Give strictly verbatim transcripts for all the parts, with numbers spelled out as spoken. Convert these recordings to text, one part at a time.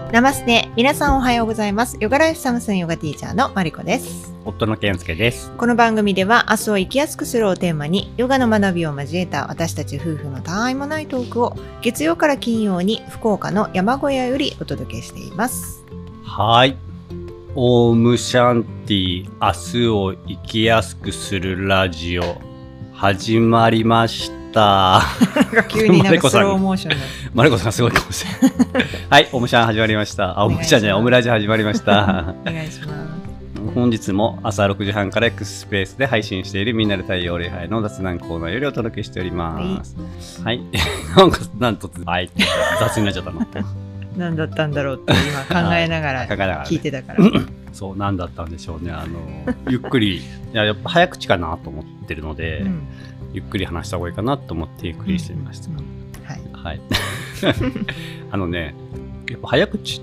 ナマステ、皆さんおはようございます。ヨガライフサムスンヨガティーチャーのマリコです。 夫の健介です。 この番組では明日を生きやすくするをテーマにヨガの学びを交えた私たち夫婦のたわいもないトークを月曜から金曜に福岡の山小屋よりお届けしています。 はい。オームシャンティ、明日を生きやすくするラジオ始まりました。 急になんかスローモーションマリコさんすごいかもしれないはい、オムシャン始まりました。あ、オムシャンじゃない、オムラジ始まりましたお願いします。 本日も朝ろくじはんから X スペースで配信しているみんなで太陽礼拝の雑談コーナーよりお届けしております。はい、はい、なんかなんとはい雑になっちゃったの何だったんだろうって今考えながら聞いてたから、ね、 そう何だったんでしょうね。あのゆっくりいややっぱ早口かなと思ってるので、うん、ゆっくり話した方がいいかなと思ってゆっくりしてみました。うんうん、はい、はい、あのねやっぱ早口って、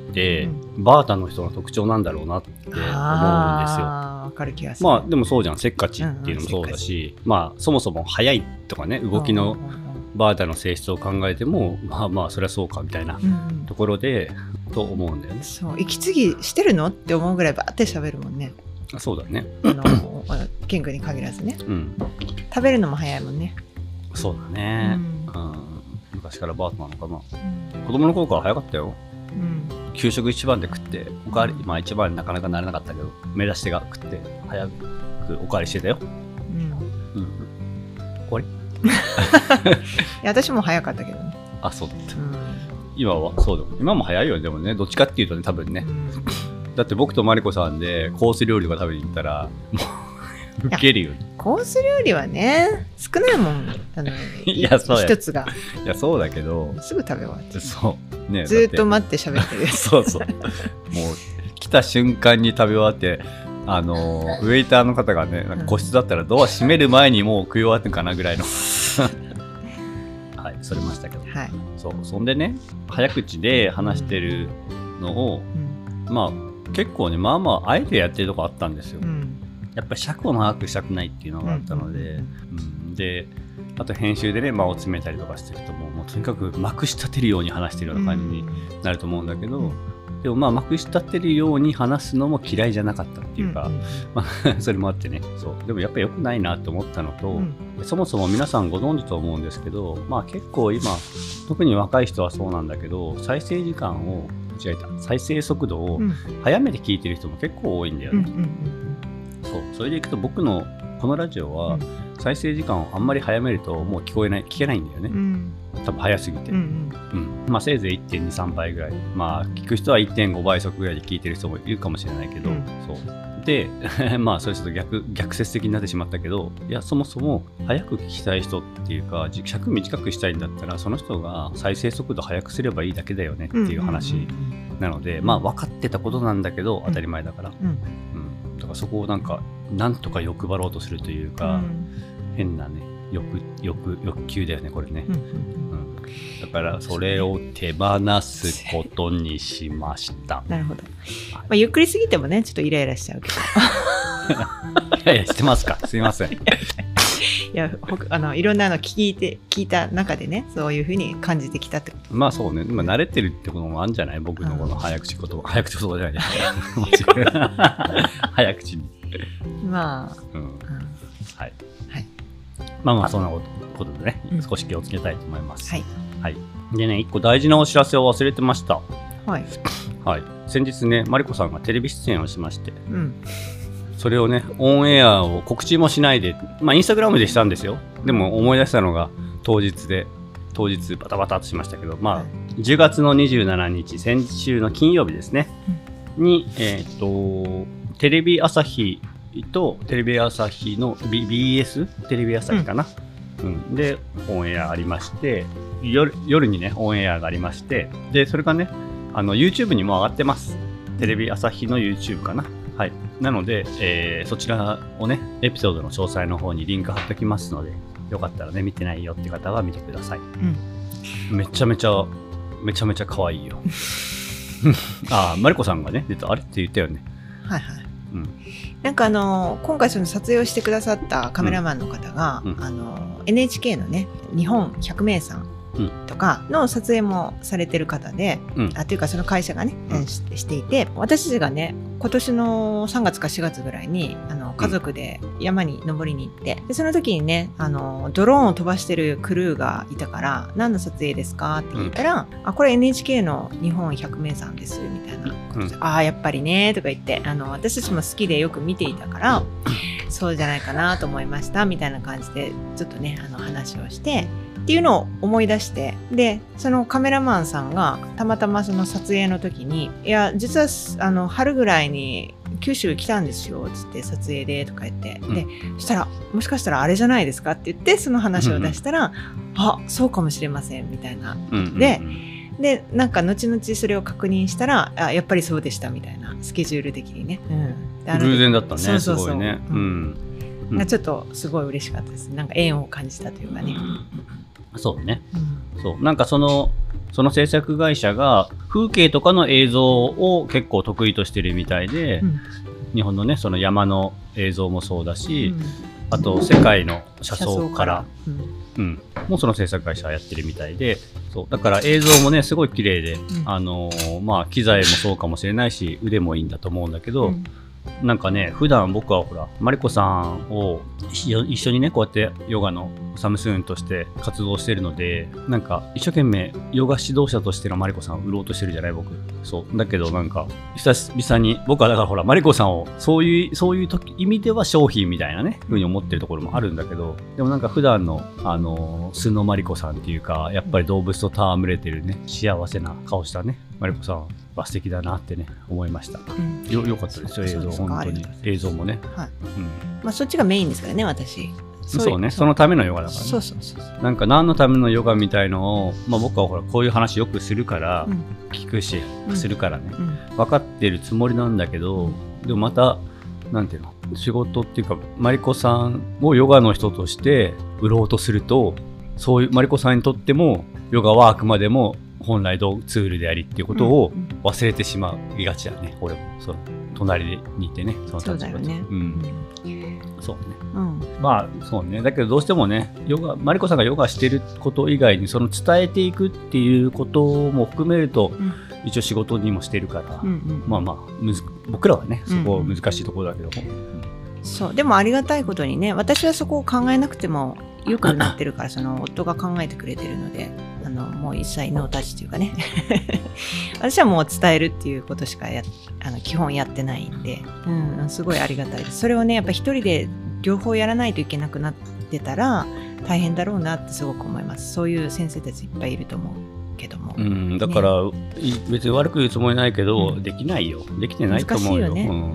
うん、バータの人の特徴なんだろうなって思うんですよ。 わかる気がする。 まあでもそうじゃん、せっかちっていうのもそうだし、うんうん、まあそもそも早いとかね動きのバータの性質を考えてもまあまあそりゃそうかみたいなところで、うん、と思うんだよね。 そう息継ぎしてるのって思うぐらいバーって喋るもんね。 そうだね。 あのケン君に限らずね、うん、食べるのも早いもんね。 そうだね、うんうん、昔からバータなのかな、うん、子供の頃から早かったよ。うん、給食一番で食っておかわり、まあ一番になかなかなれなかったけど目指してが食って早くおかわりしてたよ。うん、うん、終わりいや私も早かったけどね。 あ、そうだった、うん、今はそうだ。今も早いよね。でもねどっちかっていうとね多分ね、うん、だって僕とマリコさんでコース料理が食べに行ったらもうウケるよね。 コース料理はね少ないもん。あのいやそうや一つがいやそうだけどすぐ食べ終わってそうねずっと待って喋ってるそうそうもう来た瞬間に食べ終わってあのウェイターの方がねなんか個室だったらドア閉める前にもう食い終わってるかなぐらいのはいそれましたけど、はい、そうそんでね早口で話してるのを、うん、まあ結構ねまあまああえてやってるとこあったんですよ、うん、やっぱり尺を長くしたくないっていうのがあったので、うんうん、であと編集でね間を詰めたりとかしてるともう、もうとにかくまくし立てるように話してるような感じになると思うんだけど、うん、でもまあまくし立てるように話すのも嫌いじゃなかったっていうか、うんうんまあ、それもあってねそうでもやっぱり良くないなと思ったのと、うん、そもそも皆さんご存知と思うんですけど、まあ、結構今特に若い人はそうなんだけど再生時間を間違えた再生速度を早めて聞いてる人も結構多いんだよね、うんうんうん、そうそれでいくと僕のこのラジオは再生時間をあんまり早めるともう聞こえない聞けないんだよね、うん、多分早すぎて、うんうんうんまあ、せいぜい いってんにさん 倍ぐらい、まあ聞く人は いってんご 倍速ぐらいで聞いてる人もいるかもしれないけど、うん、そうでまあそれちょっと逆逆説的になってしまったけどいやそもそも早く聞きたい人っていうか尺短くしたいんだったらその人が再生速度早くすればいいだけだよねっていう話なので、まあ分かってたことなんだけど当たり前だから、うんうんだからそこをなんかなんとか欲張ろうとするというか、うん、変なね 欲, 欲, 欲求だよねこれね、うんうん、だからそれを手放すことにしましたなるほど、まあ、ゆっくりすぎてもねちょっとイライラしちゃうけどいやいやしてますかすいませんいやあのいろんなの聞いて聞いた中でねそういう風に感じてきたってことまあそうね今慣れてるってこともあるんじゃない僕のこの早口言葉、うん、早口言葉じゃない早口にまあ、うんうん、はい、はい、まあまあそんなことでね、うん、少し気をつけたいと思います。はい、はい、でね一個大事なお知らせを忘れてました。はい、はい、先日ねマリコさんがテレビ出演をしまして、うん、それをねオンエアを告知もしないで、まあインスタグラムでしたんですよ。でも思い出したのが当日で当日バタバタとしましたけど、まあ、はい、じゅうがつのにじゅうしちにち先週の金曜日ですね、うん、にえっ、ー、とテレビ朝日とテレビ朝日の ビーエス テレビ朝日かな、うんうん、でオンエアありまして夜、夜にねオンエアがありましてでそれがねあの YouTube にも上がってます。テレビ朝日の YouTube かな。はい、なので、えー、そちらをねエピソードの詳細の方にリンク貼っておきますのでよかったらね見てないよって方は見てください、うん、めちゃめちゃめちゃめちゃ可愛いよあマリコさんがね出たあれって言ったよね。はいはい、うん、 なんかあの今回その撮影をしてくださったカメラマンの方が、うんうん、あの エヌエイチケー のね日本百名山とかの撮影もされてる方で、うん、あというかその会社がね、うん、し, していて、私たちがね今年のさんがつかしがつぐらいにあの家族で山に登りに行って、でその時にねあのドローンを飛ばしてるクルーがいたから、何の撮影ですかって聞いたら、うん、あこれ エヌエイチケー の日本百名山ですみたいなことで、うん、ああやっぱりねとか言って、あの私たちも好きでよく見ていたからそうじゃないかなと思いましたみたいな感じでちょっとねあの話をしてっていうのを思い出して、でそのカメラマンさんがたまたまその撮影の時に、いや実はあの春ぐらいに九州来たんですよつって撮影でとか言って、うん、でそしたらもしかしたらあれじゃないですかって言ってその話を出したら、うんうん、あそうかもしれませんみたいな、うんうんうん、ででなんか後々それを確認したら、あやっぱりそうでしたみたいな、スケジュール的にね、 うん、偶然だったね。そうそうそう、すごいね、うんうん、ちょっとすごい嬉しかったです。なんか縁を感じたというかね、 うん、そうね、うん、そうなんかそのその制作会社が風景とかの映像を結構得意としてるみたいで、うん、日本のねその山の映像もそうだし、うん、あと世界の車窓から、うんうん、もうその制作会社やってるみたいで、そうだから映像もねすごい綺麗で、うん、あのー、まあ機材もそうかもしれないし腕もいいんだと思うんだけど、うん、なんかね普段僕はほらマリコさんを一緒にねこうやってヨガのサムスーンとして活動してるので、なんか一生懸命ヨガ指導者としてのマリコさんを売ろうとしてるじゃない僕。そうだけどなんか久々に僕はだからほらマリコさんをそういうそういう時意味では商品みたいなね風に思ってるところもあるんだけど、でもなんか普段のあの素のマリコさんっていうか、やっぱり動物と戯れてるね幸せな顔したねマリコさんは素敵だなってね思いました、うん、よ, よかったですよ映像。本当に映像もね、はい、 うん、まあそっちがメインですからね私。 そう, そうね、そのためのヨガだからね。 そうそうそうそう。 なんか何のためのヨガみたいのを、まあ、僕はほらこういう話よくするから、うん、聞くし、うん、するからね、うん、分かってるつもりなんだけど、でもまたなんていうの仕事っていうかマリコさんをヨガの人として売ろうとすると、そういうマリコさんにとってもヨガはあくまでも本来のツールでありっていうことを忘れてしまいがちだね、うん、俺もその隣にいてね、その立場で。そうだよね、うん、そうね、うん、まあそうね。だけどどうしてもねヨガマリコさんがヨガしてること以外にその伝えていくっていうことも含めると、うん、一応仕事にもしてるから、うんうん、まあまあむず僕らはねそこ難しいところだけど、うんうん、 そうでもありがたいことにね、私はそこを考えなくてもよくなってるからその夫が考えてくれてるので、あのもう一切ノータッチというかね私はもう伝えるっていうことしかやあの基本やってないんで、うん、すごいありがたいです。それをねやっぱ一人で両方やらないといけなくなってたら大変だろうなってすごく思います。そういう先生たちいっぱいいると思うけども、 うん、だから、ね、別に悪く言うつもりないけど、うん、できないよ、できてないと思うよ。難しいよね、うんうん、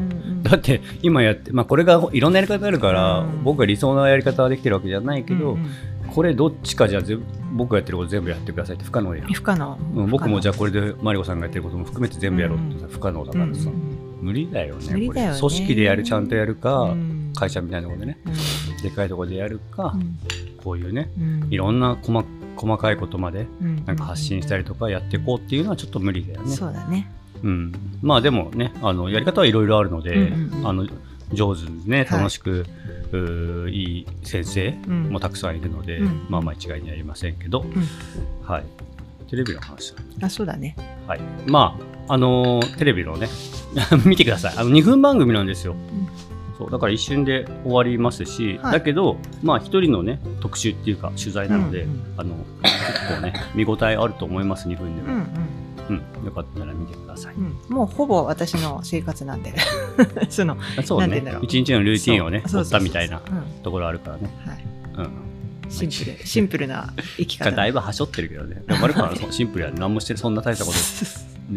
だって今やって、まあ、これがいろんなやり方あるから、うん、僕が理想のやり方はできてるわけじゃないけど、うんうん、これどっちかじゃあ僕がやってること全部やってくださいって不可能やん。 不可能、 うん、僕もじゃあこれでマリコさんがやってることも含めて全部やろうって不可能だからさ、うんうん、無理だよね。 無理だよね。 組織でやるちゃんとやるか、うん、会社みたいなところでね、うん、でかいところでやるか、うん、こういうね、うん、いろんな細細かいことまでなんか発信したりとかやっていこうっていうのはちょっと無理だよね。 そうだね、 うん、まあでもねあのやり方はいろいろあるので、うんうんうん、あの上手にね楽しく、はい、いい先生もたくさんいるので、うん、まあまあ一概にはありませんけど、うん、はい、テレビの話あそうだね、 はい、まああのー、テレビのね見てください、あのにふん番組なんですよ、うん、そうだから一瞬で終わりますし、はい、だけどまあ一人のね特集っていうか取材なので、うんうん、あの結構ね見応えあると思います。にふんでも、うんうんうん、よかったら見てください、うん、 もうほぼ私の生活なんでそのそうね一日のルーティンをね追ったみたいなところあるからね、はい、うん、 シンプルシンプルな生き方だいぶはしょってるけどね。でもマルコはシンプルや、ね、何もしてるそんな大したこと、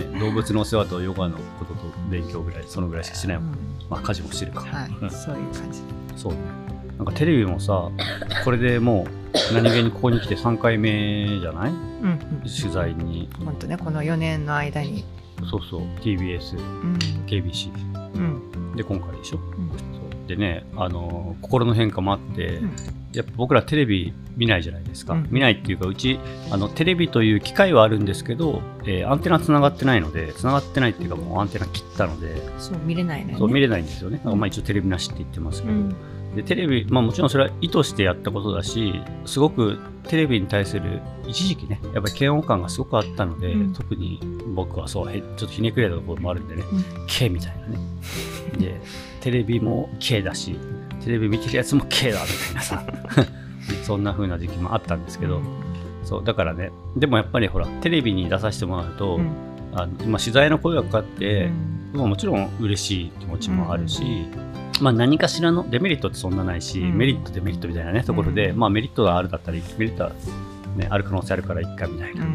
ね、動物のお世話とヨガのことと勉強ぐらいそのぐらいしかしないもん、うん、まあ家事もしてるから、はい、 うん、そういう感じ。 そうね、なんかテレビもさこれでもう何気にここに来てさんかいめじゃない、うんうん、取材に本当ねこのよねんの間にそうそう ティービーエス、うん、ケービーシー、うん、で今回でしょ、うん、そうでねあの心の変化もあって、うん、やっぱ僕らテレビ見ないじゃないですか、うん、見ないっていうかうちあのテレビという機械はあるんですけど、えー、アンテナつながってないのでつながってないっていうかもうアンテナ切ったのでそう見れないのよね。 そう見れないんですよね。まあ一応テレビなしって言ってますけど、うん、 でテレビ、まあ、もちろんそれは意図してやったことだし、すごくテレビに対する一時期ね、やっぱり嫌悪感がすごくあったので、うん、特に僕はそうちょっとひねくれたところもあるんでね、うん、K みたいなねでテレビも K だし、テレビ見てるやつも K だみたいなさそんな風な時期もあったんですけど、うん、そうだからね、でもやっぱりほらテレビに出させてもらうと、うん、あのまあ、取材の声がかかって、うん、まあ、もちろん嬉しい気持ちもあるし、うん、まあ、何かしらのデメリットってそんなないし、うん、メリットデメリットみたいなねところで、うん、まあ、メリットがあるだったりメリットは、ね、ある可能性あるからいっかみたいな、うん、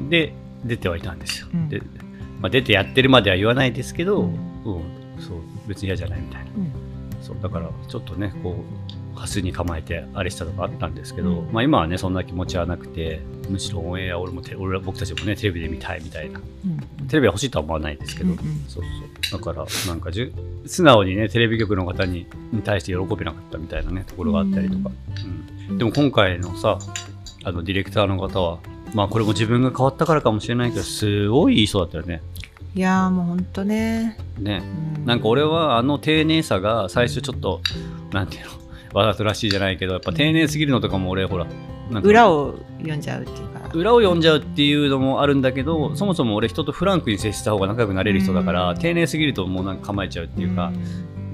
で出てはいたんですよ、うん、でまあ、出てやってるまでは言わないですけど、うんうん、そう別に嫌じゃないみたいな、うん、そうだからちょっとねこうハスに構えてあれしたとかあったんですけど、うん、まあ、今はねそんな気持ちはなくて、むしろオンエア俺もて俺僕たちもねテレビで見たいみたいな、うん、テレビは欲しいとは思わないですけど、うんうん、そうそうだからなんかじゅ素直にねテレビ局の方にに対して喜べなかったみたいなねところがあったりとか、うんうん、でも今回のさあのディレクターの方はまあこれも自分が変わったからかもしれないけどすごいいい人だったよね。 いやーもうほんとねね、うん、なんか俺はあの丁寧さが最初ちょっとなんていうのわざとらしいじゃないけどやっぱ丁寧すぎるのとかも俺ほらなんか裏を読んじゃうっていうか裏を読んじゃうっていうのもあるんだけど、うん、そもそも俺人とフランクに接した方が仲良くなれる人だから、うん、丁寧すぎるともうなんか構えちゃうっていうか、うん、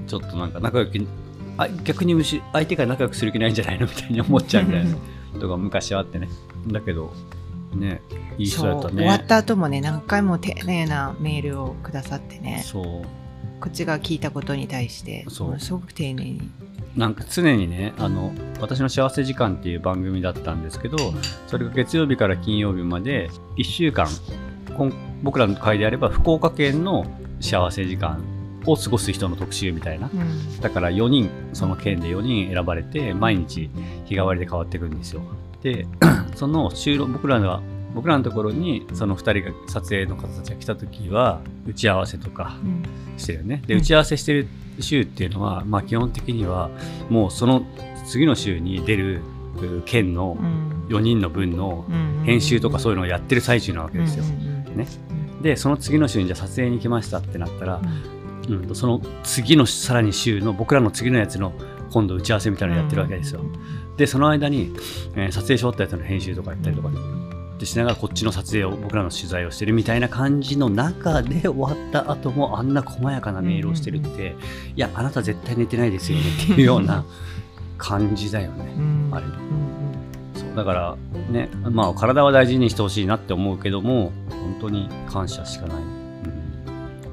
ちょっとなんか仲良くあ逆にむし相手が仲良くする気ないんじゃないのみたいに思っちゃうみたいなことが昔はあってね。だけどねいい人だったね。 終わった後もね何回も丁寧なメールをくださってね、 そうこっちが聞いたことに対してそうすごく丁寧になんか常にねあの私の幸せ時間っていう番組だったんですけど、それが月曜日から金曜日までいっしゅうかん僕らの会であれば福岡県の幸せ時間を過ごす人の特集みたいな、うん、だからよにんその県でよにん選ばれて毎日日替わりで変わっていくんですよ。でその収録僕らの僕らのところにそのふたりが撮影の方たちが来た時は打ち合わせとかしてるよね、うん、で打ち合わせしてる週っていうのは、まあ、基本的にはもうその次の週に出る県のよにんの分の編集とかそういうのをやってる最中なわけですよ、ね、でその次の週にじゃあ撮影に来ましたってなったら、うん、その次のさらに週の僕らの次のやつの今度打ち合わせみたいなのやってるわけですよ。でその間に、えー、撮影し終わったやつの編集とかやったりとかでしながらこっちの撮影を僕らの取材をしてるみたいな感じの中で終わった後もあんな細やかなメールをしてるって、うん、いやあなた絶対寝てないですよねっていうような感じだよね、うん、あれ、うん、そうだからねまあ体は大事にしてほしいなって思うけども本当に感謝しかない、うん、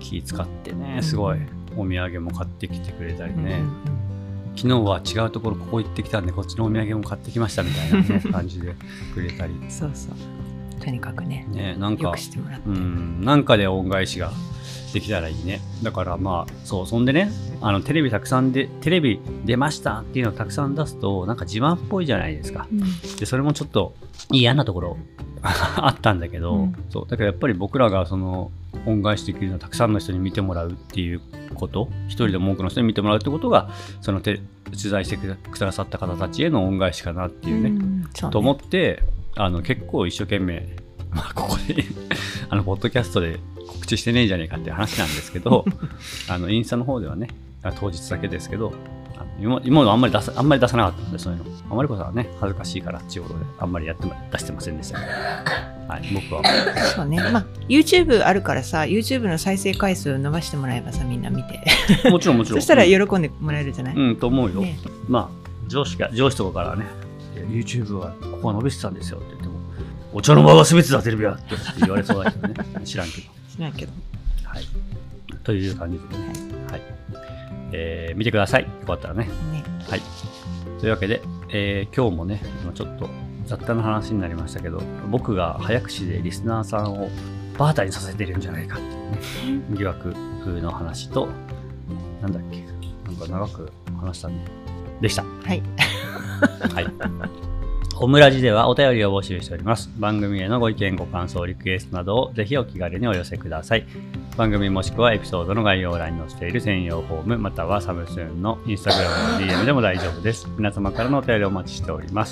気使ってねすごいお土産も買ってきてくれたりね、うん昨日は違うところここ行ってきたんでこっちのお土産も買ってきましたみたいな、ね、感じでくれたりそうそうとにかく ね, ねなんかよくしてもらってうんなんかで恩返しができたらいいね。だからまあそうそんでねあのテレビたくさんでテレビ出ましたっていうのをたくさん出すとなんか自慢っぽいじゃないですか、うん、でそれもちょっと嫌なところあったんだけど、うん、そうだからやっぱり僕らがその恩返しできるのはたくさんの人に見てもらうっていうこと一人でも多くの人に見てもらうってことがその取材してくださった方たちへの恩返しかなっていうね、うんそうねと思ってあの結構一生懸命、まあ、ここであのポッドキャストで告知してねえじゃねえかっていう話なんですけどあのインスタの方ではね当日だけですけどあの 今, 今のあんまり出さあんまり出さなかったんでそういうのあまりこそはね恥ずかしいからっていうことであんまりやって出してませんでしたけど、はい、僕はそうねまあ YouTube あるからさ YouTube の再生回数伸ばしてもらえばさみんな見てもちろんもちろんそしたら喜んでもらえるじゃない、 うん、うん、と思うよ、ね、まあ上司が上司とかからね YouTube はここは伸びてたんですよって言ってもお茶の間が全てだテレビはって言われそうだけどね知らんけど知らんけどはいという感じでね、はいはいえー、見てくださいよかったらね、ねはいというわけで、えー、今日もねちょっと雑多な話になりましたけど僕が早口でリスナーさんをバーターにさせてるんじゃないかっていうね疑惑の話となんだっけなんか長く話したねでしたはいはいオムラジではお便りを募集しております。番組へのご意見ご感想リクエストなどをぜひお気軽にお寄せください。番組もしくはエピソードの概要欄に載せている専用フォームまたはサムスーンのインスタグラムの ディーエム でも大丈夫です。皆様からのお便りをお待ちしております。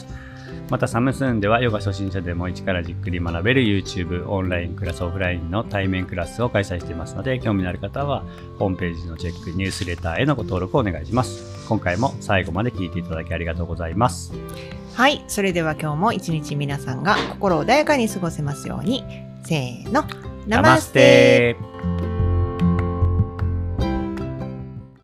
またサムスーンではヨガ初心者でも一からじっくり学べる YouTube、オンラインクラス、オフラインの対面クラスを開催していますので、興味のある方はホームページのチェック、ニュースレターへのご登録をお願いします。今回も最後まで聞いていただきありがとうございます。 はい、それでは今日も一日皆さんが心穏やかに過ごせますように。せーの、 ナマステ。